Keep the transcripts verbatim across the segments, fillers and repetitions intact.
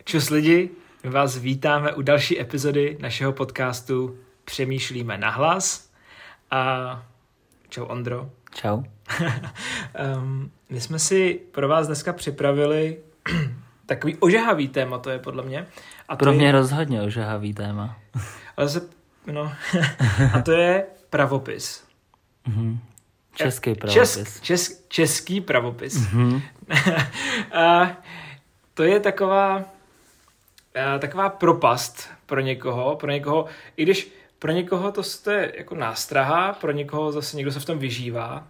Čus lidi, my vás vítáme u další epizody našeho podcastu Přemýšlíme nahlas. A čau Ondro. Čau. um, my jsme si pro vás dneska připravili takový ožahavý téma, to je podle mě. A pro mě je... rozhodně ožahavý téma. Ale se, no, a to je pravopis. Mm-hmm. Český pravopis. Česk, česk, český pravopis. Mm-hmm. a to je taková taková propast pro někoho, pro někoho, i když pro někoho to je jako nástraha, pro někoho zase někdo se v tom vyžívá.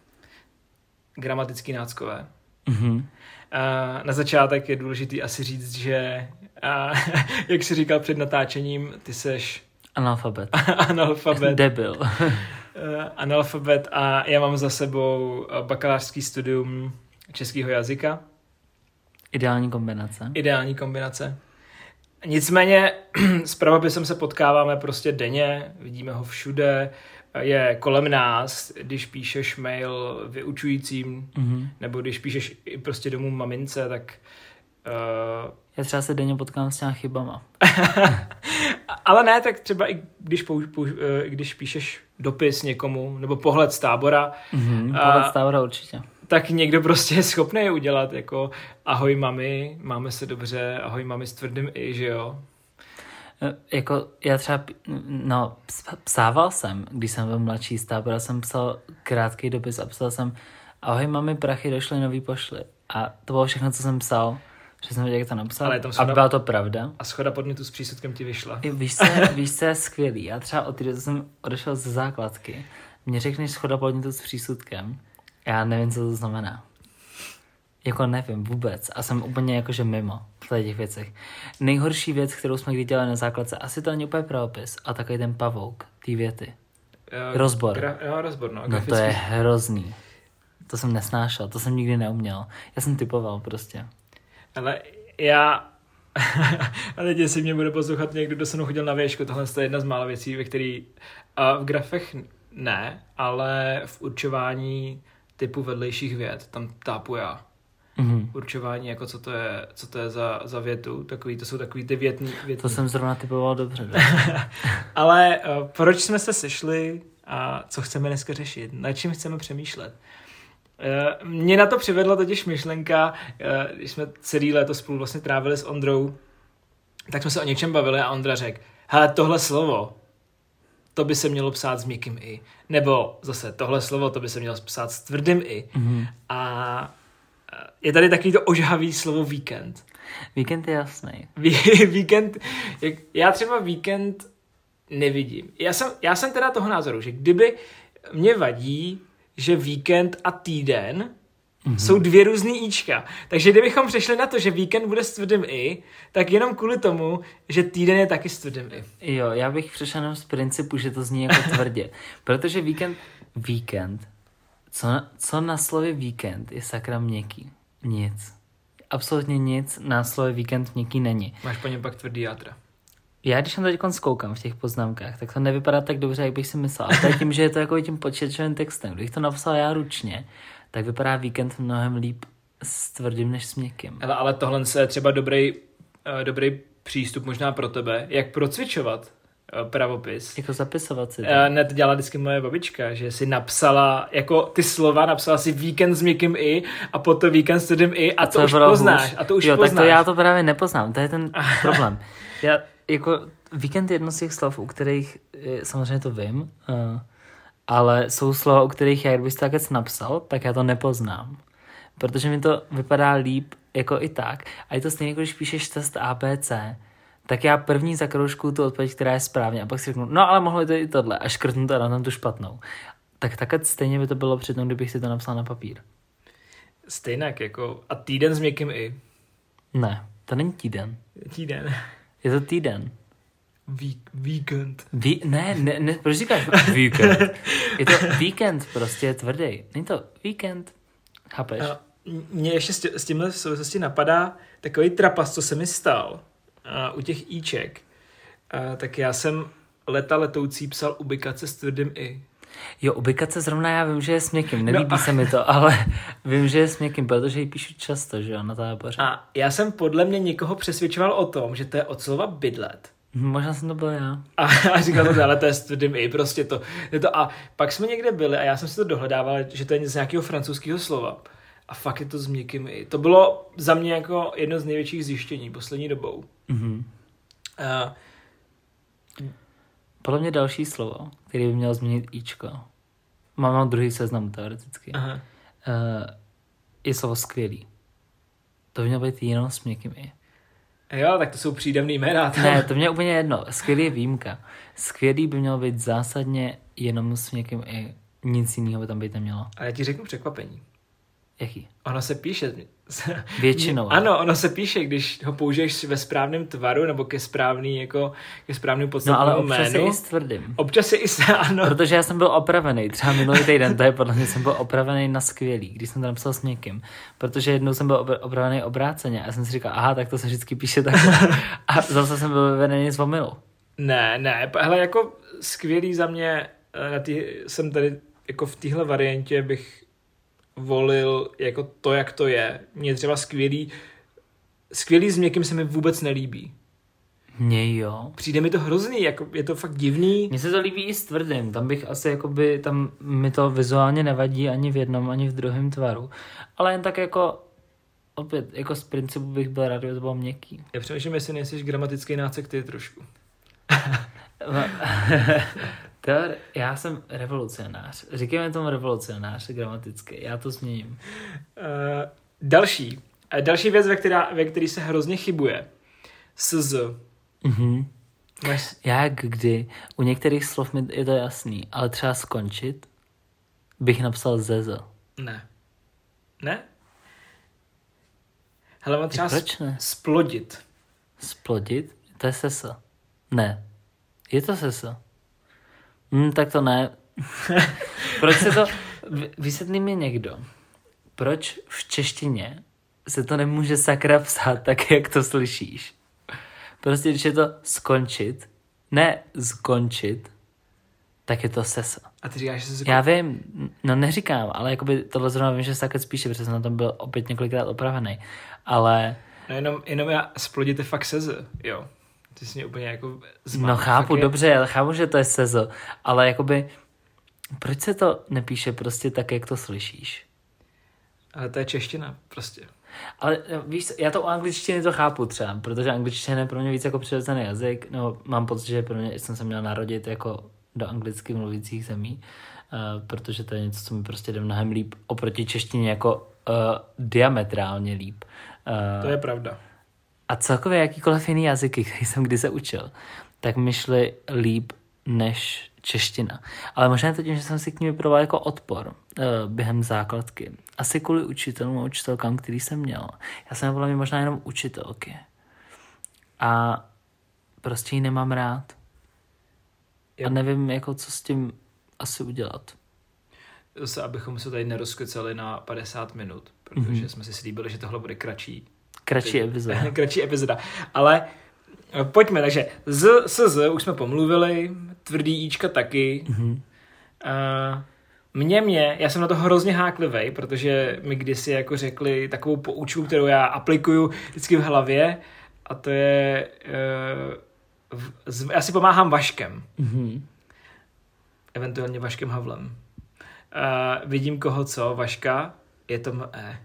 Gramatický náckové. Mm-hmm. A na začátek je důležitý asi říct, že a, jak jsi říkal před natáčením, ty seš analfabet. analfabet. Debil. analfabet a já mám za sebou bakalářský studium českého jazyka. Ideální kombinace. Ideální kombinace. Nicméně s pravopisem se potkáváme prostě denně, vidíme ho všude, je kolem nás, když píšeš mail vyučujícím, mm-hmm. nebo když píšeš i prostě domů mamince, tak... Uh... Já třeba se denně potkám s těma chybama. Ale ne, tak třeba i když, použ, použ, když píšeš dopis někomu, nebo pohled z tábora. Mm-hmm, pohled z tábora určitě. Tak někdo prostě je schopný je udělat, jako ahoj mami, máme se dobře, ahoj mami s tvrdým i, že jo? Jako já třeba, no, psával jsem, když jsem byl mladší z tábora, jsem psal krátký dopis a psal jsem ahoj mami, prachy došly, nový pošly. A to bylo všechno, co jsem psal, že jsem věděl, jak to napsal. Ale schoda... A byla to pravda. A schoda podnětu s přísudkem ti vyšla. I víš, co, víš, co je skvělý? Já třeba od té, co jsem odešel ze základky, mě řekneš schoda podnětu s přísudkem, já nevím, co to znamená. Jako nevím vůbec. A jsem úplně jakože mimo v těch věcech. Nejhorší věc, kterou jsme kdy dělali na základce, asi to není úplně pravopis, a takový ten pavouk, ty věty. Uh, rozbor. Gra- jo, rozbor, no. No to je hrozný. To jsem nesnášel, to jsem nikdy neuměl. Já jsem typoval prostě. Ale já... Ale teď, jestli mě bude poslouchat někdo, kdo se mnou chodil na věšku, tohle je jedna z mála věcí, ve který... A v grafech ne, ale v určování typu vedlejších vět, tam tápu já. Mm-hmm. Určování, jako co to je, co to je za, za větu, takový, to jsou takový ty větní, větní. To jsem zrovna typoval dobře. Ale uh, proč jsme se sešli a co chceme dneska řešit? Na čím chceme přemýšlet? Uh, mě na to přivedla totiž myšlenka, uh, když jsme celý léto spolu vlastně trávili s Ondrou, tak jsme se o něčem bavili a Ondra řekl, hele, tohle slovo, to by se mělo psát s měkkým i. Nebo zase tohle slovo, to by se mělo psát s tvrdým i. Mm-hmm. A je tady takový to ožhavý slovo víkend. Víkend je jasný. víkend, jak, já třeba víkend nevidím. Já jsem, já jsem teda toho názoru, že kdyby mě vadí, že víkend a týden mm-hmm. jsou dvě různý íčka. Takže kdybychom přešli na to, že víkend bude s tvrdým i, tak jenom kvůli tomu, že týden je taky s tvrdým i. Jo, já bych přešel jenom z principu, že to zní jako tvrdě. Protože víkend, víkend, co na, co na slově víkend je sakra měkký? Nic. Absolutně nic na slově víkend měkký není. Máš po něm pak tvrdý játra. Já když jsem teď zkoukám v těch poznámkách, tak to nevypadá tak dobře, jak bych si myslel. A to je tím, že je to jako tím počítačovým textem. Když to napsal já ručně, tak vypadá víkend mnohem líp s tvrdým než s měkkým. Ale, ale tohle je třeba dobrý, uh, dobrý přístup možná pro tebe, jak procvičovat uh, pravopis. Jako zapisovat si to. Uh, net dělala vždycky moje babička, že si napsala, jako ty slova, napsala si víkend s měkkým i a potom víkend s tvrdým i a, a to už poznáš. Hůř. A to už jo, poznáš. Tak to já to právě nepoznám, to je ten problém. Já jako víkend je jedno z těch slov, u kterých samozřejmě to vím, uh, ale jsou slova, u kterých já, kdybych to takhle napsal, tak já to nepoznám. Protože mi to vypadá líp jako i tak. A je to stejně, jako když píšeš test A B C, tak já první zakroužkuju tu odpověď, která je správně a pak si řeknu, no ale mohlo to i tohle a škrtnu to a dám tu špatnou. Tak takhle stejně by to bylo při tom, kdybych si to napsal na papír. Stejnak, jako a týden s měkkým i. Ne, to není týden. Týden. Je to týden. Ví, víkend. Ví, ne, ne, ne, proč říkáš víkend? Je to víkend, prostě je tvrdý. Není to víkend. Chápeš? A mě ještě s tímhle v souvislosti napadá takový trapas, co se mi stal a u těch íček. A tak já jsem leta letoucí psal ubikace s tvrdým i. Jo, ubikace zrovna já vím, že je s měkkým, nelíbí No a- se mi to, ale vím, že je s měkkým, protože ji píšu často, že jo, na táboře. A já jsem podle mě někoho přesvědčoval o tom, že to je od slova bydlet. Možná jsem to byl já. A, a říkal jsem, ale to je s tvrdým i, prostě to, je to. A pak jsme někde byli a já jsem si to dohledával, že to je z nějakého francouzského slova. A fakt je to s měkkým i. To bylo za mě jako jedno z největších zjištění poslední dobou. Mhm. Uh, Podle mě další slovo, který by měl změnit íčko. Mám, mám druhý seznam teoreticky. aha. Uh, je slovo skvělý. To by mělo být jenom s měkkým i. Jo, tak to jsou přídavný jména. Ne, to mě je úplně jedno. Skvělý je výjimka. Skvělý by mělo být zásadně jenom s někým i. Nic jiného by tam být nemělo. A já ti řeknu překvapení. Jaký? Ono se píše. Většinou. ale. Ano, ono se píše, když ho použiješ ve správném tvaru nebo ke správný, jako ke správnému No podstatnému ale občas jménu. je i s tvrdým. Občas je i s, ano. Protože já jsem byl opravený, třeba minulý týden, to je podle mě, jsem byl opravený na skvělý, když jsem to napsal s někým. Protože jednou jsem byl obr- opravený obráceně a já jsem si říkal, aha, tak to se vždycky píše takhle. A zase jsem byl vyvedený z omylu. Ne, ne, hele, jako skvělý za mě, na tý, jsem tady jako v téhle variantě bych volil jako to, jak to je. Mně třeba skvělý, skvělý s někým se mi vůbec nelíbí. Mně jo. Přijde mi to hrozný, jako je to fakt divný. Mně se to líbí i s tvrdým, tam bych asi jakoby, tam mi to vizuálně nevadí ani v jednom, ani v druhém tvaru. Ale jen tak jako, opět, jako z principu bych byl rád, kdyby to bylo měkký. Já přemýšlím, jestli nejsiš gramatický nácek ty trošku. Teor, já jsem revolucionář. Říkejme tomu revolucionář gramaticky. Já to změním. Uh, další. Uh, další věc, ve které ve který se hrozně chybuje. S. Mhm. Máš... Já jak kdy. U některých slov mi je to jasný, ale třeba skončit bych napsal zez. Ne. Ne? Hele, mám třeba Proč ne? splodit. Splodit? To je sesa. Ne. Je to sesa. Hm, tak to ne. Proč se to... vy- Vysvětlí mi někdo. Proč v češtině se to nemůže sakra psát tak, jak to slyšíš? Prostě, když je to skončit, ne skončit, tak je to sesa. A ty říkáš, že jsi... Já vím, no neříkám, ale jakoby tohle zrovna vím, že se takhle spíše, protože jsem na tom byl opět několikrát opravený. Ale... No jenom, jenom já splodit je fakt seze, jo. Ty jsi mě úplně jako zmál. No chápu, Fakt je- dobře, já chápu, že to je sezo, ale jakoby, proč se to nepíše prostě tak, jak to slyšíš? Ale to je čeština, prostě. Ale no, víš, já to u angličtiny to chápu třeba, protože angličtina je pro mě víc jako přirozený jazyk, no mám pocit, že pro mě jsem se měl narodit jako do anglicky mluvících zemí, uh, protože to je něco, co mi prostě jde mnohem líp oproti češtině jako uh, diametrálně líp. Uh, To je pravda. A celkově jakýkoliv jiný jazyky, který jsem kdy se učil, tak mi šly líp než čeština. Ale možná je to tím, že jsem si k ní vyproval jako odpor uh, během základky. Asi kvůli učitelům a učitelkám, který jsem měl. Já jsem podle mě možná jenom učitelky. A prostě ji nemám rád. Jo. A nevím, jako co s tím asi udělat. Zase, abychom se tady nerozkecali na padesát minut, protože mm-hmm. jsme si slíbili, že tohle bude kratší. Kratší epizoda. Kratší epizoda. Ale eh, pojďme, takže z, s, z, už jsme pomluvili, tvrdý íčka taky. Mhm. Uh, mě, mě, já jsem na to hrozně háklivej, protože mi kdysi jako řekli takovou poučku, kterou já aplikuju vždycky v hlavě, a to je, uh, v, z, já si pomáhám Vaškem. Mhm. Eventuálně Vaškem Havlem. Uh, vidím koho co, Vaška, je to M-E.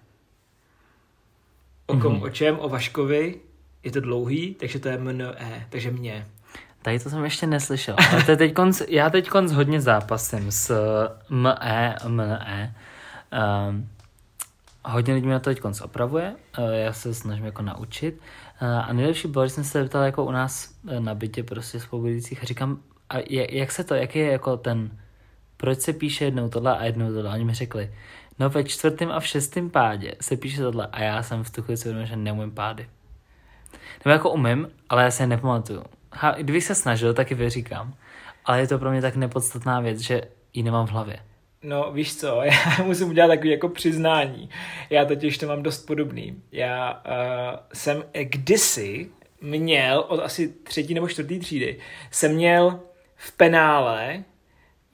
O kom, Mhm. o čem, o Vaškovi, je to dlouhý, takže to je M-N-E, takže mě. Tady to jsem ještě neslyšel. Ale to je teď konc, já teď konc hodně zápasím s M-E, M-E. Um, hodně lidí mě na to teď konc opravuje. Uh, já se snažím jako naučit. Uh, a nejlepší bylo, že jsem se zeptal jako u nás na bytě prostě spolubydlících a říkám, a jak se to, jaký je jako ten, proč se píše jednou tohle a jednou tohle? A oni mi řekli, no ve čtvrtém a v šestém pádě se píše tohle a já jsem v tu chvíli si uvědomil, že neumím pády. Nebo jako umím, ale já se je nepamatuju. Ha, kdybych se snažil, taky vyříkám. Ale je to pro mě tak nepodstatná věc, že ji nemám v hlavě. No víš co, já musím udělat takový jako přiznání. Já totiž to mám dost podobný. Já uh, jsem kdysi měl, od asi třetí nebo čtvrtý třídy, jsem měl v penále uh,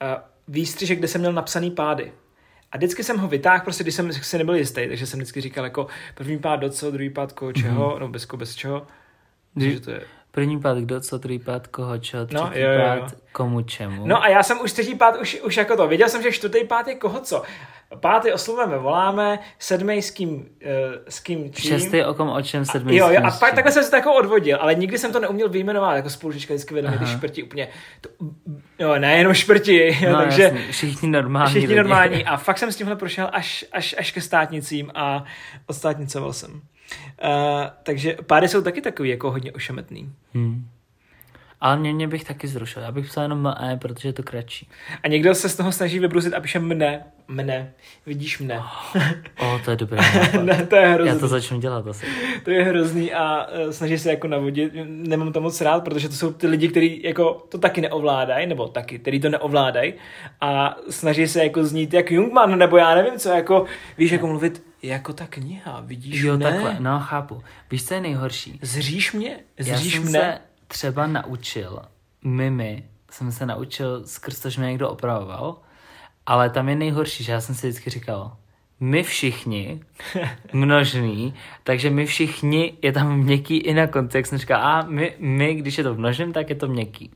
výstřižek, kde jsem měl napsaný pády. A vždycky jsem ho vytáhl, prostě když jsem si nebyl jistý, takže jsem vždycky říkal jako první pád do co, druhý pád koho čeho, mm-hmm. no bez ko, bez čeho. Když to je... První pád kdo co, druhý pád koho čeho, třetí no, jo, jo, jo. pád komu čemu. No a já jsem už třetí pád už, už jako to, věděl jsem, že čtvrtý pád je koho co. Pátý oslovujeme, voláme, sedmý s kým, uh, s kým čím. Šestý o kom o čem, sedmý a, jo, s jo, kým a pak takhle jsem se to jako odvodil, ale nikdy jsem to neuměl vyjmenovat, jako spolužička vždycky vedeme ty šprti úplně, to, jo, nejenom šprti, no, takže jasný, všichni normální všichni lidi. normální a fakt jsem s tímhle prošel až, až, až ke státnicím a odstátnicoval jsem. Uh, takže pády jsou taky takový jako hodně ošemetný. Hmm. Ale mě, mě bych taky zrušil. Já bych psal jenom E, protože je to kratší. A někdo se z toho snaží vybrusit a píše mne. Mne. Vidíš mne. Oh, oh, to je dobré. Ne, to je hrozný. Já to začnu dělat asi. To je hrozný a uh, snaží se jako navodit. Nemám to moc rád, protože to jsou ty lidi, kteří jako to taky neovládají, nebo taky, kteří to neovládají a snaží se jako znít jak Jungmann, nebo já nevím co, jako víš, jako mluvit jako ta kniha, vidíš jo, mne? takhle, no chápu. Víš, co je nejhorší? Zříš mě? Zříš Já jsem mne? se třeba naučil, mimi, jsem se naučil skrz to, že mě někdo opravoval, ale tam je nejhorší, že já jsem si vždycky říkal, my všichni, množný, takže my všichni, je tam měkký i na konci, jak jsem říkal, a my, my, když je to v množném, tak je to měkký.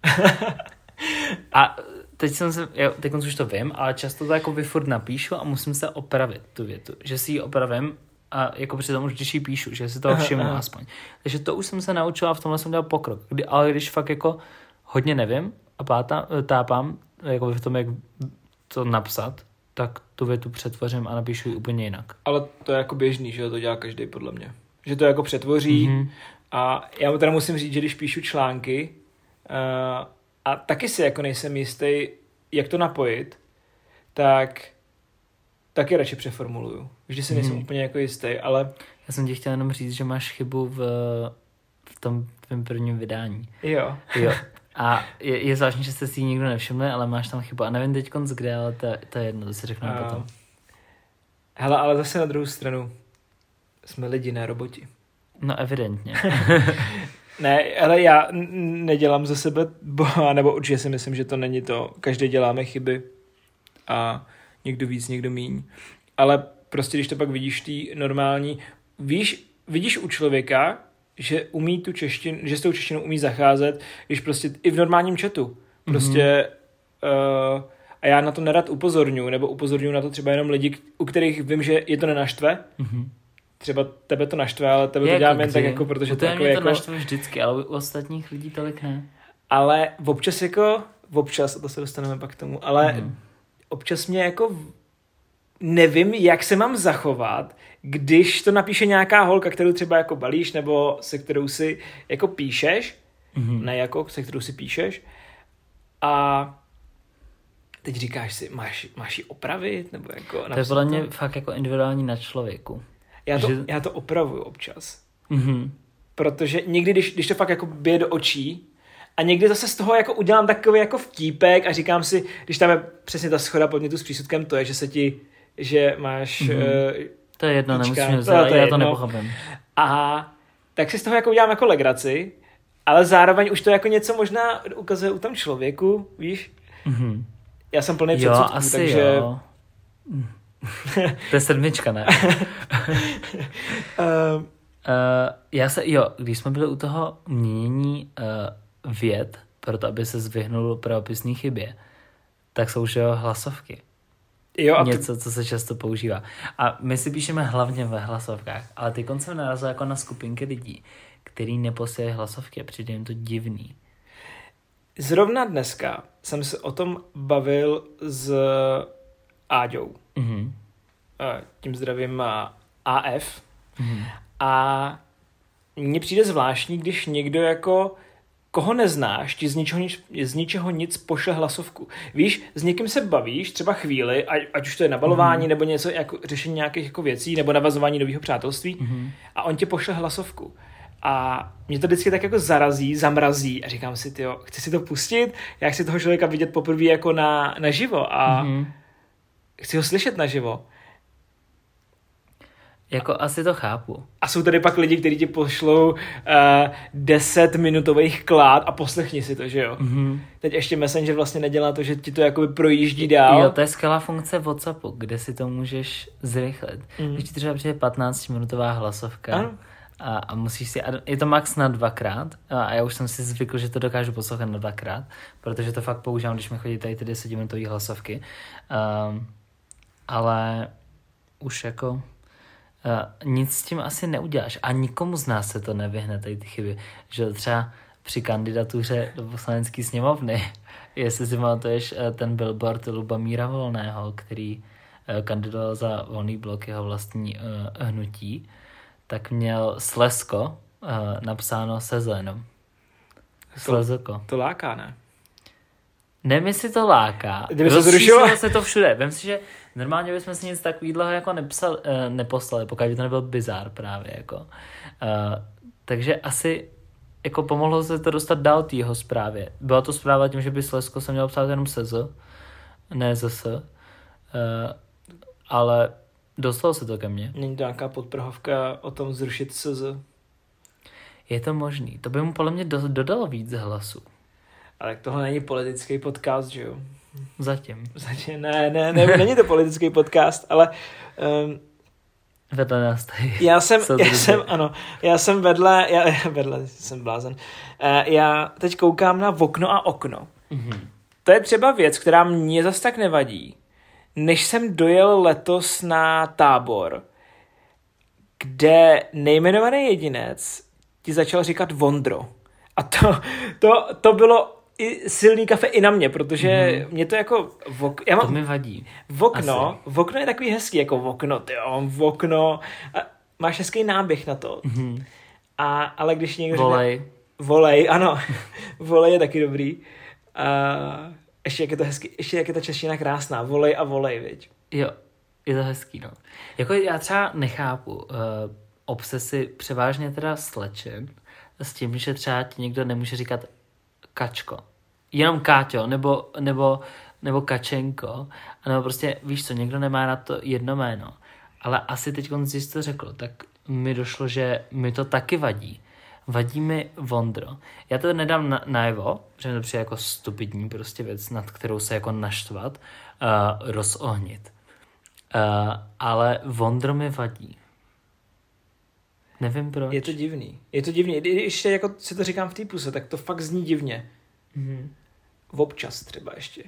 A teď jsem se, jo, teď už to vím, ale často to jako furt napíšu a musím se opravit tu větu, že si ji opravím a jako přitom už když ji píšu, že si toho všimnu aha, aha. aspoň. Takže to už jsem se naučil a v tomhle jsem dělal pokrok. Kdy, ale když fakt jako hodně nevím a pátá, tápám jako v tom, jak to napsat, tak tu větu přetvořím a napíšu ji úplně jinak. Ale to je jako běžný, že to dělá každý podle mě. Že to jako přetvoří mm-hmm. a já teda musím říct, že když píšu články uh, a taky si jako nejsem jistý, jak to napojit, tak taky radši přeformuluju. Vždy si nejsem mm-hmm. úplně jako jistý, ale... Já jsem ti chtěl jenom říct, že máš chybu v, v tom tvém prvním vydání. Jo. Jo. A je, je zvláštní, že jste si ji nikdo nevšiml, ale máš tam chybu. A nevím teď konc kde, ale to, to je jedno, to si řeknu uh, potom. Hele, ale zase na druhou stranu jsme lidi, ne roboti. No evidentně. Ne, ale já n- nedělám za sebe boha, nebo určitě si myslím, že to není to. Každý děláme chyby a někdo víc, někdo míň. Ale prostě, když to pak vidíš tý normální, víš, vidíš u člověka, že umí tu češtinu, že s tou češtinou umí zacházet, když prostě i v normálním chatu. Prostě mm-hmm. uh, a já na to nerad upozorňuji, nebo upozorňuji na to třeba jenom lidi, u kterých vím, že je to nenaštve. Mm-hmm. Třeba tebe to naštve, ale tebe je to dělám jako jen tak jako, protože to jako... mě to naštve vždycky, ale u ostatních lidí tolik ne. Ale občas jako, občas, a to se dostaneme pak k tomu, ale mm. občas mě jako nevím, jak se mám zachovat, když to napíše nějaká holka, kterou třeba jako balíš, nebo se kterou si jako píšeš, mm-hmm. ne jako, se kterou si píšeš, a teď říkáš si, máš, máš ji opravit, nebo jako... To je podle mě fakt jako individuální na člověku. Já to, že... já to opravuju občas. Mm-hmm. Protože někdy, když, když to fakt jako bije do očí, a někdy zase z toho jako udělám takový jako vtípek a říkám si, když tam je přesně ta schoda podnětu s přísudkem, to je, že se ti, že máš... Mm-hmm. Uh, to je jedno, nemusíš mě vzát, já to nepochopím. A tak si z toho jako udělám jako legraci, ale zároveň už to jako něco možná ukazuje u tom člověku, víš? Mm-hmm. Já jsem plný předsudků, asi takže... Jo. To je sedmička, ne? uh, uh, já se, jo, když jsme byli u toho měnění uh, vět, proto aby se zvyhnul pravopisné chybě, tak jsou už jo hlasovky. Jo, a něco, co se často používá. A my si píšeme hlavně ve hlasovkách, ale ty koncem narazil jako na skupinky lidí, který neposílají hlasovky a přijde jim to divný. Zrovna dneska jsem se o tom bavil s Áďou. Mm-hmm. Tím zdravím á ef. Mm-hmm. A mně přijde zvláštní, když někdo jako koho neznáš, ti z ničeho, nic, z ničeho nic pošle hlasovku. Víš, s někým se bavíš třeba chvíli, ať, ať už to je nabalování, mm-hmm. nebo něco jako řešení nějakých jako věcí, nebo navazování nového přátelství, mm-hmm. a on ti pošle hlasovku. A mě to vždycky tak jako zarazí, zamrazí a říkám si, tyjo, chci si to pustit, já chci toho člověka vidět poprvé jako na, naživo a mm-hmm. chci ho slyšet naživo. Jako asi to chápu. A jsou tady pak lidi, kteří ti pošlou uh, deset minutových klád a poslechni si to, že jo? Mm-hmm. Teď ještě Messenger vlastně nedělá to, že ti to jakoby projíždí dál. Jo, to je skvělá funkce WhatsAppu, kde si to můžeš zrychlit. Mm. Když ti třeba přijde patnáctiminutová hlasovka ano. a, a musíš si, a je to max na dvakrát a já už jsem si zvykl, že to dokážu poslouchat na dvakrát, protože to fakt používám, když mi chodí tady ty desetiminutové hlasovky. Um, ale už jako Uh, nic s tím asi neuděláš a nikomu z nás se to nevyhne, tady ty chyby, že třeba při kandidatuře do poslanecké sněmovny, jestli si pamatuješ uh, ten billboard Lubomíra Volného, který uh, kandidoval za Volný blok, jeho vlastní uh, hnutí, tak měl Slezko uh, napsáno se zelenou. Slezoko. To, to láká, ne? Nevím, jestli to láká. Rozšířilo se to všude. Vem si, že normálně bychom si nic takového jako nepsal, uh, neposlali, pokud by to nebyl bizár právě. Jako. Uh, takže asi jako pomohlo se to dostat dál té jeho zprávě. Byla to zpráva tím, že by Slezsko se mělo psát jenom S Z, ne Z S, uh, ale dostalo se to ke mně. Není to nějaká podprahovka o tom zrušit S Z? Je to možný. To by mu podle mě do, dodalo víc hlasů. Ale tohle není politický podcast, že jo? Zatím. Zatím, ne, ne, ne, není to politický podcast, ale... Um, vedle nás tady. Já jsem, já jsem, ano, já jsem vedle, já, vedle, jsem blázen. Uh, já teď koukám na okno a okno. Mm-hmm. To je třeba věc, která mě zas tak nevadí. Než jsem dojel letos na Tábor, kde nejmenovaný jedinec ti začal říkat Vondro. A to, to, to bylo i silný kafe i na mě, protože mm. mě to jako... Vok, já mám, to mi vadí. Vokno, vokno je takový hezký, jako vokno, ty jo, vokno. A máš hezký náběh na to. Mm. A, ale když někdo... Volej. Řekne, volej, ano. Volej je taky dobrý. A ještě jak je to hezký, ještě jak je ta čeština krásná. Volej a volej, viď? Jo, je to hezký, no. Jako já třeba nechápu uh, obsesy převážně teda slečen s tím, že třeba ti někdo nemůže říkat Kačko. Jenom Káťo, nebo, nebo, nebo Kačenko. A nebo prostě, víš co, někdo nemá na to jedno jméno. Ale asi teď, když jsi to řekl, tak mi došlo, že mi to taky vadí. Vadí mi Vondro. Já to nedám na, najevo, že mi to přijde jako stupidní prostě věc, nad kterou se jako naštvat, uh, rozohnit. Uh, ale Vondro mi vadí. Nevím proč. Je to divný. Je to divný. Ještě jako si to říkám v té puse, tak to fakt zní divně. Mm-hmm. Občas třeba ještě.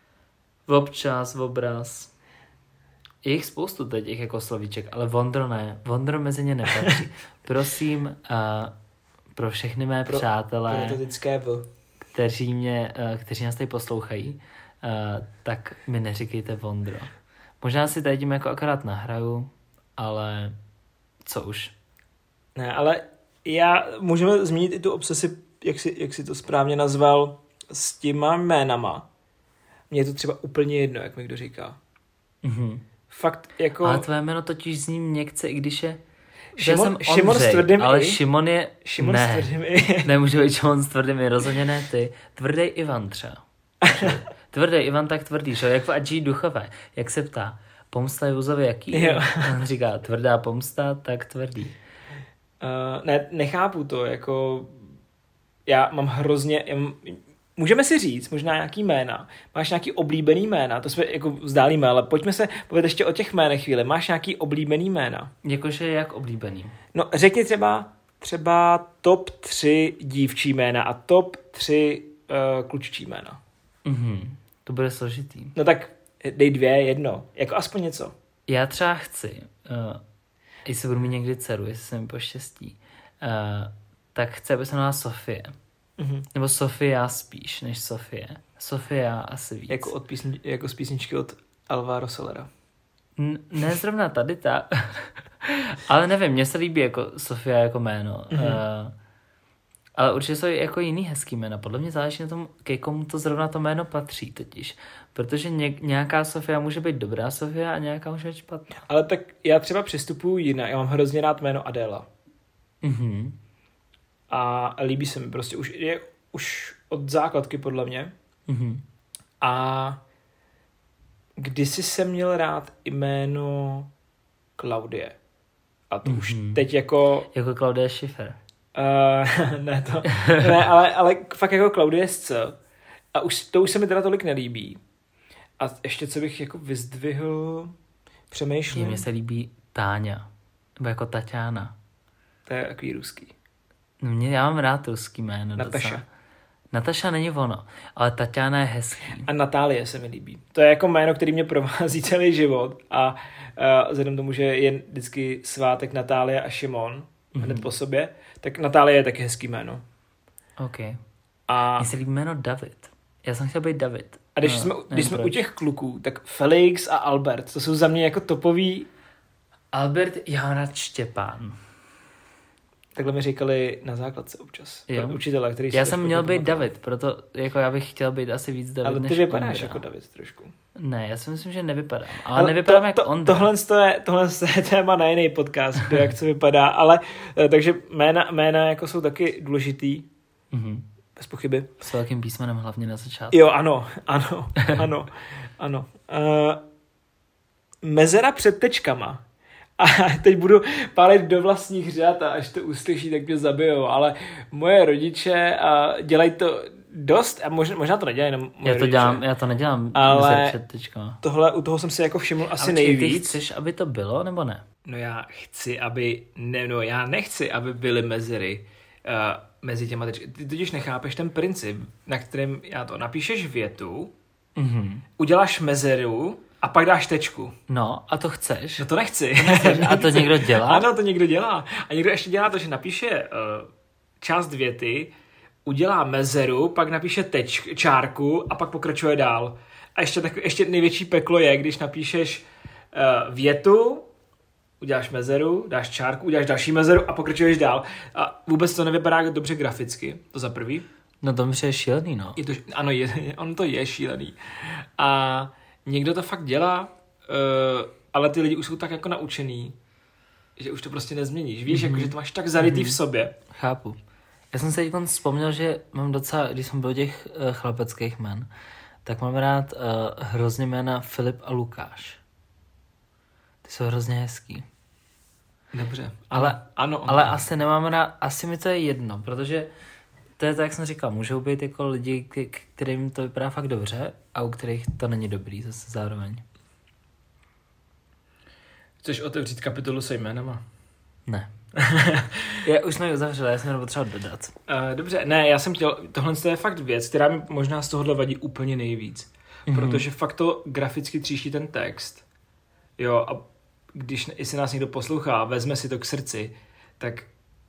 Občas, obraz. Je jich spoustu těch jako slovíček, ale Vondro ne. Vondro mezi ně nepatří. Prosím, uh, pro všechny mé pro, přátelé, v. kteří, mě, uh, kteří nás tady poslouchají, uh, tak mi neříkejte Vondro. Možná si tady tím jako akorát nahraju, ale co už. Ne, ale já, můžeme zmínit i tu obsesi, jak si, jak si to správně nazval, s těma jménama. Mně je to třeba úplně jedno, jak mi kdo říká. Mm-hmm. Fakt jako... Ale tvoje jméno totiž zní měkce, i když je... Šimon, jsem Ondřej, Šimon s tvrdým ale i. Šimon je... Šimon ne, s tvrdým i. Nemůže být Šimon s tvrdým i, rozhodně ne ty. Tvrdý Ivan třeba. Tvrdý Ivan tak tvrdý, že? Jak v Adží Duchové. Jak se ptá, pomsta je vůzově jaký? Jo. On říká, tvrdá pomsta, tak tvrdý. Uh, ne, nechápu to, jako... Já mám hrozně... Já mám, můžeme si říct možná nějaký jména. Máš nějaký oblíbený jména, to jsme jako vzdálíme, ale pojďme se povědět ještě o těch jménech chvíli. Máš nějaký oblíbený jména? Jakože jak oblíbený? No řekni třeba, třeba top tři dívčí jména a top tři uh, kluččí jména. Mhm, to bude složitý. No tak dej dvě, jedno, jako aspoň něco. Já třeba chci, uh, jestli budu mít někdy dceru, jestli se mi poštěstí, uh, tak chci, aby se jmenovala Sofie. Mm-hmm. Nebo Sofia spíš, než Sofie. Sofia asi víc. Jako, od písni, jako z písničky od Alvaro Solera. N- ne zrovna tady ta. Ale nevím, mně se líbí jako Sofia jako jméno. Mm-hmm. Uh, ale určitě jsou jako jiný hezký jména. Podle mě záleží na tom, ke komu to zrovna to jméno patří totiž. Protože ně- nějaká Sofia může být dobrá Sofia a nějaká může být špatná. Ale tak já třeba přistupuju jinak. Já mám hrozně rád jméno Adéla. Mhm. A líbí se mi prostě, už je už od základky podle mě. Mm-hmm. A kdysi jsem měl rád jméno Klaudie. A to mm-hmm. už teď jako... Jako Claudia Schiffer. Uh, ne, to... ne, ale, ale fakt jako Claudia Sc. A už, to už se mi teda tolik nelíbí. A ještě co bych jako vyzdvihl, přemýšlím. Mně se líbí Táňa. Nebo jako Tatiana. To je takový ruský. Mě, já mám rád ruský jméno. Nataša. Nataša není ono, ale Tatiana je hezký. A Natálie se mi líbí. To je jako jméno, který mě provází celý život. A uh, vzhledem tomu, že je vždycky svátek Natálie a Šimon mm-hmm. hned po sobě, tak Natálie je taky hezký jméno. OK. A... Mně se líbí jméno David. Já jsem chtěl být David. A když no, jsme, když jsme u těch kluků, tak Felix a Albert, to jsou za mě jako topový... Albert, já mám rád Štěpán. Takhle mi říkali na základce občas. Jo. Učitele, který já jsem měl být David, proto jako já bych chtěl být asi víc David. Ale ty než vypadáš Ondra. jako David trošku. Ne, já si myslím, že nevypadám. Ale, ale nevypadám to, jak to, Ondra. Tohle je, tohle je téma na jiný podcast, kdo jak co vypadá, ale takže jména, jména jako jsou taky důležitý. Mhm. Bez pochyby. S velkým písmenem hlavně na začátku. Jo, ano, ano, ano, ano. Uh, mezera před tečkama. A teď budu pálit do vlastních řad a až to uslyší, tak mě zabijou. Ale moje rodiče uh, dělají to dost, a možná, možná to nedělají jenom moje já to rodiče. Dělám, já to nedělám ale před tečkama. Tohle, u toho jsem si jako všiml asi ale nejvíc. Ty chceš, aby to bylo, nebo ne? No já chci, aby, ne, no já nechci, aby byly mezery uh, mezi těma tečkami. Ty totiž nechápeš ten princip, na kterém já to napíšeš větu, Mm-hmm. uděláš mezeru a pak dáš tečku. No, a to chceš? No to nechci. A to někdo dělá? Ano, to někdo dělá. A někdo ještě dělá to, že napíše uh, část věty, udělá mezeru, pak napíše teč, čárku a pak pokračuje dál. A ještě, tak, ještě největší peklo je, když napíšeš uh, větu, uděláš mezeru, dáš čárku, uděláš další mezeru a pokračuješ dál. A vůbec to nevypadá dobře graficky, to za prvý. No to mi je šílený, no. Je to, ano, je, on to je šílený. A někdo to fakt dělá, uh, ale ty lidi už jsou tak jako naučený, že už to prostě nezměníš. Víš, mm-hmm. jako, že to máš tak zarytý mm-hmm. v sobě. Chápu. Já jsem se teď vzpomněl, že mám docela, když jsem byl těch uh, chlapeckých jmen, tak mám rád uh, hrozně jména Filip a Lukáš. Ty jsou hrozně hezký. Dobře. Ale, ano, ano. ale asi nemám rád, asi mi to je jedno, protože to je tak, jak jsem říkal, můžou být jako lidi, k- kterým to vypadá fakt dobře a u kterých to není dobrý zase zároveň. Chceš otevřít kapitolu se jménama? Ne. já už jsme ji uzavřeli, já jsem jenom potřeboval dodat. Uh, dobře, ne, já jsem chtěl, tohle je fakt věc, která mi možná z tohohle vadí úplně nejvíc. Mm-hmm. Protože fakt to graficky tříští ten text. Jo, a když, jestli nás někdo poslouchá, vezme si to k srdci, tak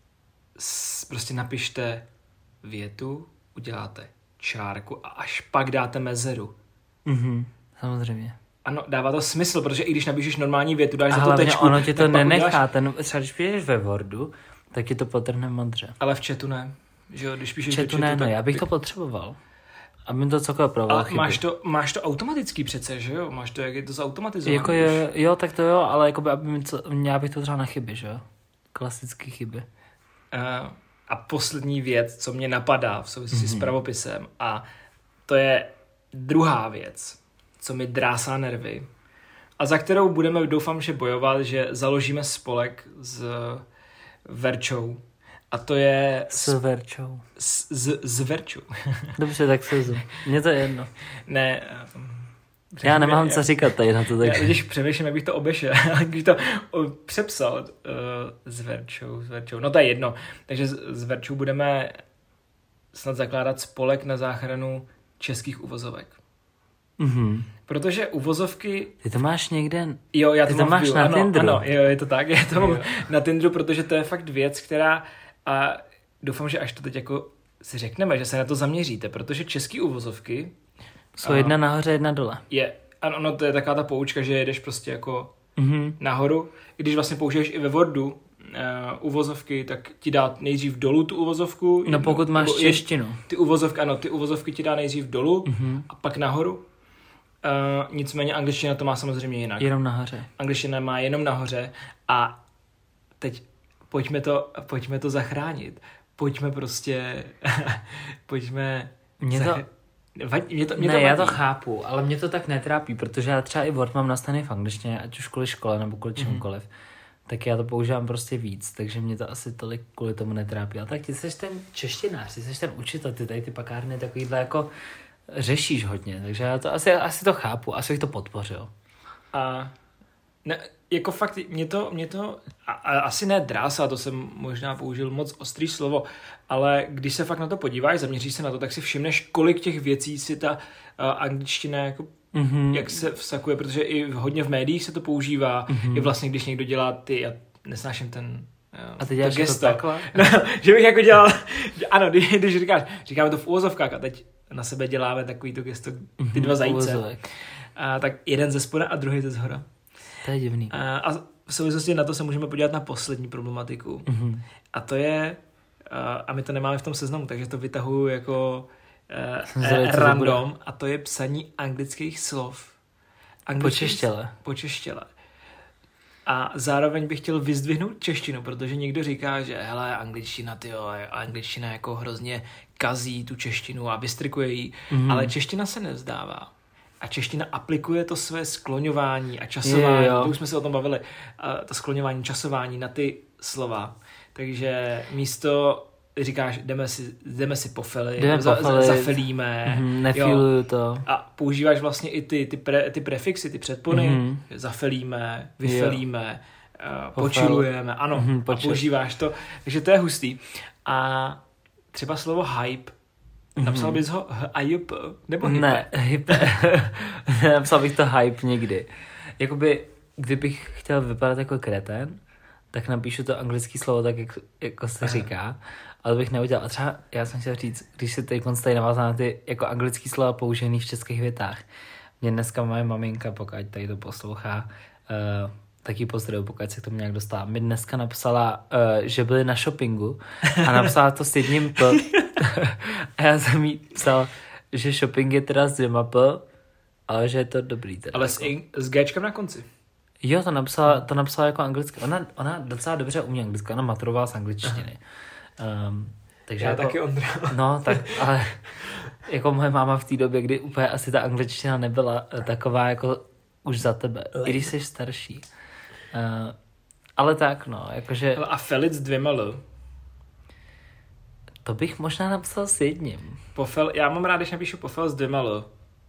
s, prostě napište větu, uděláte čárku a až pak dáte mezeru. Mhm, samozřejmě. Ano, dává to smysl, protože i když napíšeš normální větu, dáš a za to tečku. ono ti to nenechá, uděláš... ten, třeba když píšeš ve Wordu, tak ti to potrhne modře. Ale v chatu ne. Že jo, když píšeš v chatu, do chatu, ne, no, tak... já bych to potřeboval. Aby to cokoliv proval Ale chyby. máš to, máš to automatický přece, že jo? Máš to, jak je to zautomatizované. Jako je, jo, tak to jo, ale jako by, aby mi co, já bych to třeba na chyby, že jo? Klasické chyby. Uh, a poslední věc, co mě napadá v souvislosti mm-hmm. s pravopisem, a to je druhá věc, co mi drásá nervy, a za kterou budeme, doufám, že bojovat, že založíme spolek s Verčou. A to je... S Verčou. S, s, s Verčou. Dobře, tak se zvu. Mně to je jedno. Ne... Já nemám co říkat tady na to. Tak. Já když přemýšlím, jak bych to obešel, jak bych to uh, přepsal uh, s Verčou, s Verčou. No to je jedno. Takže s, s Verčou budeme snad zakládat spolek na záchranu českých uvozovek. Mhm. Protože uvozovky... Ty to máš někde... Jo, já Ty to, to mám máš view. na ano, Tinderu. Ano, jo, je to tak. Já to mám na Tinderu, protože to je fakt věc, která... A doufám, že až to teď jako si řekneme, že se na to zaměříte, protože český uvozovky... Jsou jedna nahoře, jedna dole. Je, ano, no, to je taková ta poučka, že jedeš prostě jako mm-hmm. nahoru. I když vlastně použiješ i ve Wordu uh, uvozovky, tak ti dá nejdřív dolů tu uvozovku. No pokud máš nebo češtinu. Ty uvozovky, ano, ty uvozovky ti dá nejdřív dolů mm-hmm. a pak nahoru. Uh, nicméně angličtina to má samozřejmě jinak. Jenom nahoře. Angličtina má jenom nahoře a teď pojďme to, pojďme to zachránit. Pojďme prostě, pojďme... Mě to... Zachr... Vadí, mě to, mě ne, to já to chápu, ale mě to tak netrápí, protože já třeba i Word mám nastavený v angličtině, ať už kvůli škole nebo kvůli čemukoliv. Mm. tak já to používám prostě víc, takže mě to asi tolik kvůli tomu netrápí. A tak ty jsi ten češtinář, ty jsi ten učitel, ty tady ty pakárny takovýhle jako řešíš hodně, takže já to asi, asi to chápu, asi bych to podpořil. A ne, jako fakt, mě to, mě to a, a asi ne drása, to jsem možná použil moc ostrý slovo, ale když se fakt na to podíváš, zaměříš se na to, tak si všimneš, kolik těch věcí si ta uh, angličtina jako mm-hmm. jak se vsakuje, protože i hodně v médiích se to používá, mm-hmm. i vlastně, když někdo dělá ty, já nesnáším ten uh, a ty děláš to takhle? No, že bych jako dělal, ano, když, když říkáš, říkáme to v úvozovkách a teď na sebe děláme takový to gesto, ty dva zajíce. A tak jeden ze spoda a druhý ze zhora. To je divný. A, a v souvislosti na to se můžeme podívat na poslední problematiku. Mm-hmm. A to je, a, a my to nemáme v tom seznamu, takže to vytahuju jako uh, eh, random, a to je psaní anglických slov. Anglických, počeštěle. Počeštěle. A zároveň bych chtěl vyzdvihnout češtinu, protože někdo říká, že hele, angličtina, tyjo, angličtina jako hrozně kazí tu češtinu a vystrikuje ji, mm. ale čeština se nevzdává. A čeština aplikuje to své skloňování a časování, to už jsme se o tom bavili, a to skloňování, časování na ty slova. Takže místo říkáš, jdeme si, jdeme si pofelit, jdeme za, pofelit. zafelíme. Mm, nefiluju to. A používáš vlastně i ty, ty, pre, ty prefixy, ty předpony, mm. zafelíme, vyfelíme, uh, počilujeme, ano, mm, a používáš to. Takže to je hustý. A třeba slovo hype, napsal bys ho hype, nebo hype? Ne, hype. Napsal bych to hype někdy. Jakoby, kdybych chtěl vypadat jako kretén, tak napíšu to anglické slovo tak, jak, jako se Aha. říká, ale bych neudělal. A třeba, já jsem chtěl říct, když se teď tady navázal na ty jako anglické slova použený v českých větách. Mě dneska moje maminka, pokud tady to poslouchá, uh, taky pozdravuji, pokud se k tomu nějak dostala. Mi dneska napsala, uh, že byli na shoppingu a napsala to s jedním P. A já jsem jí psal, že shopping je teda s dvěma P, ale že je to dobrý. Teda ale jako. s, in, s Gčkem na konci. Jo, to napsala, to napsala jako anglicky. Ona, ona docela dobře umí anglicky, ona maturovala z angličtiny. Um, takže já jako, taky, Ondra. No, tak, ale jako moje máma v té době, kdy úplně asi ta angličtina nebyla taková jako už za tebe, i když jsi starší. Uh, ale tak, no, jakože... A felit s dvěma L. To bych možná napsal s jedním. Pofel, já mám rád, když napíšu pofel s dvěma L.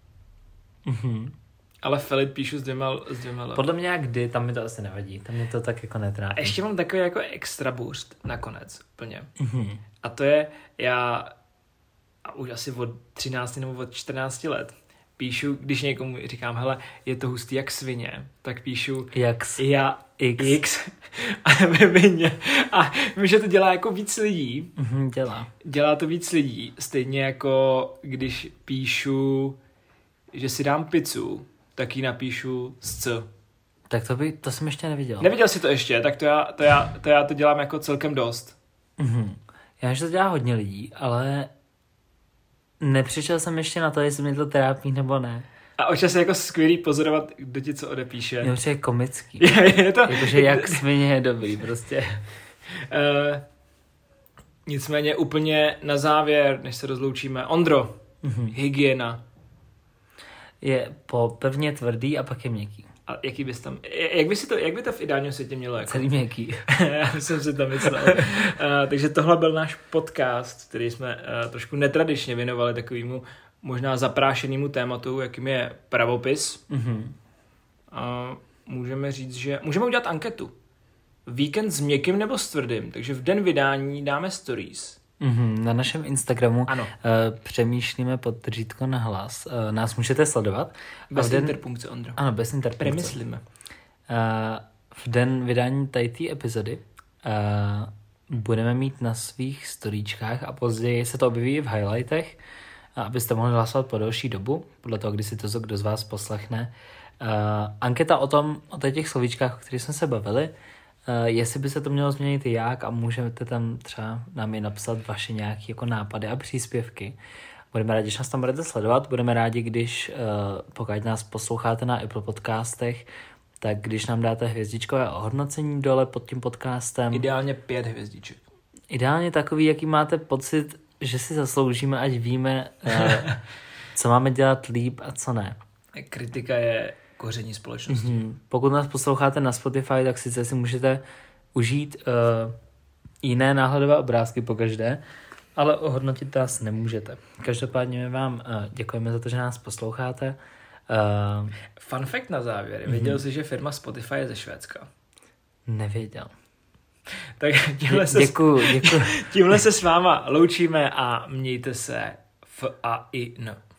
Mhm. Ale felit píšu s dvěma, s dvěma L. Podle mě jak kdy, tam mi to asi nevadí. Tam mě to tak jako netrápí. A ještě mám takový jako extra boost nakonec, úplně. Mm-hmm. A to je, já a už asi od třinácti nebo od čtrnácti let píšu, když někomu říkám, hele, je to hustý jak svině, tak píšu Jax. já X. X a ve vině. A vím, že to dělá jako víc lidí. Mm-hmm, dělá. Dělá to víc lidí. Stejně jako když píšu, že si dám pizzu, tak ji napíšu s C. Tak to, by, to jsem ještě neviděl. Neviděl jsi to ještě, tak to já to, já, to, já to dělám jako celkem dost. Mm-hmm. Já vím, že to dělá hodně lidí, ale nepřišel jsem ještě na to, jestli mě to trápí nebo ne. A občas je jako skvělý pozorovat, kdo ti co odepíše. Je to je komický. je, je to... Jakože jak svině je dobrý prostě. Uh, nicméně úplně na závěr, než se rozloučíme. Ondro, mm-hmm. hygiena. Je po pevně tvrdý a pak je měkký. A jaký bys tam, jak by, si to, jak by to v ideálním světě mělo? Jako? Celý měkký. Já jsem si to myslel. uh, takže tohle byl náš podcast, který jsme uh, trošku netradičně věnovali takovému možná zaprášenému tématu, jakým je pravopis. Mm-hmm. Uh, můžeme říct, že můžeme udělat anketu. Víkend s měkkým nebo s tvrdým, takže v den vydání dáme stories. Mm-hmm, na našem Instagramu ano. Uh, přemýšlíme podtržítko na hlas. Uh, nás můžete sledovat. Bez den... interpunkce, Ondro. Ano, bez interpunkce. Premyslíme. Uh, v den vydání tady té epizody uh, budeme mít na svých storíčkách a později se to objeví v highlightech, abyste mohli hlasovat po delší dobu, podle toho, kdy si to kdo z vás poslechne. Uh, anketa o tom, o těch slovíčkách, o kterých jsme se bavili, Uh, jestli by se to mělo změnit jak a můžete tam třeba nám je napsat vaše nějaké jako nápady a příspěvky. Budeme rádi, když nás tam budete sledovat. Budeme rádi, když uh, pokud nás posloucháte na Apple podcastech, tak když nám dáte hvězdičkové ohodnocení dole pod tím podcastem. Ideálně pět hvězdiček. Ideálně takový, jaký máte pocit, že si zasloužíme, ať víme, uh, co máme dělat líp a co ne. Kritika je koření společnosti. Mm-hmm. Pokud nás posloucháte na Spotify, tak sice si můžete užít uh, jiné náhledové obrázky pokaždé, ale ohodnotit nás nemůžete. Každopádně my vám uh, děkujeme za to, že nás posloucháte. Uh, Fun fact na závěr. Mm-hmm. Věděl jsi, že firma Spotify je ze Švédska? Nevěděl. Tak tímhle se, děkuju, děkuju. tímhle se s váma loučíme a mějte se f a i n.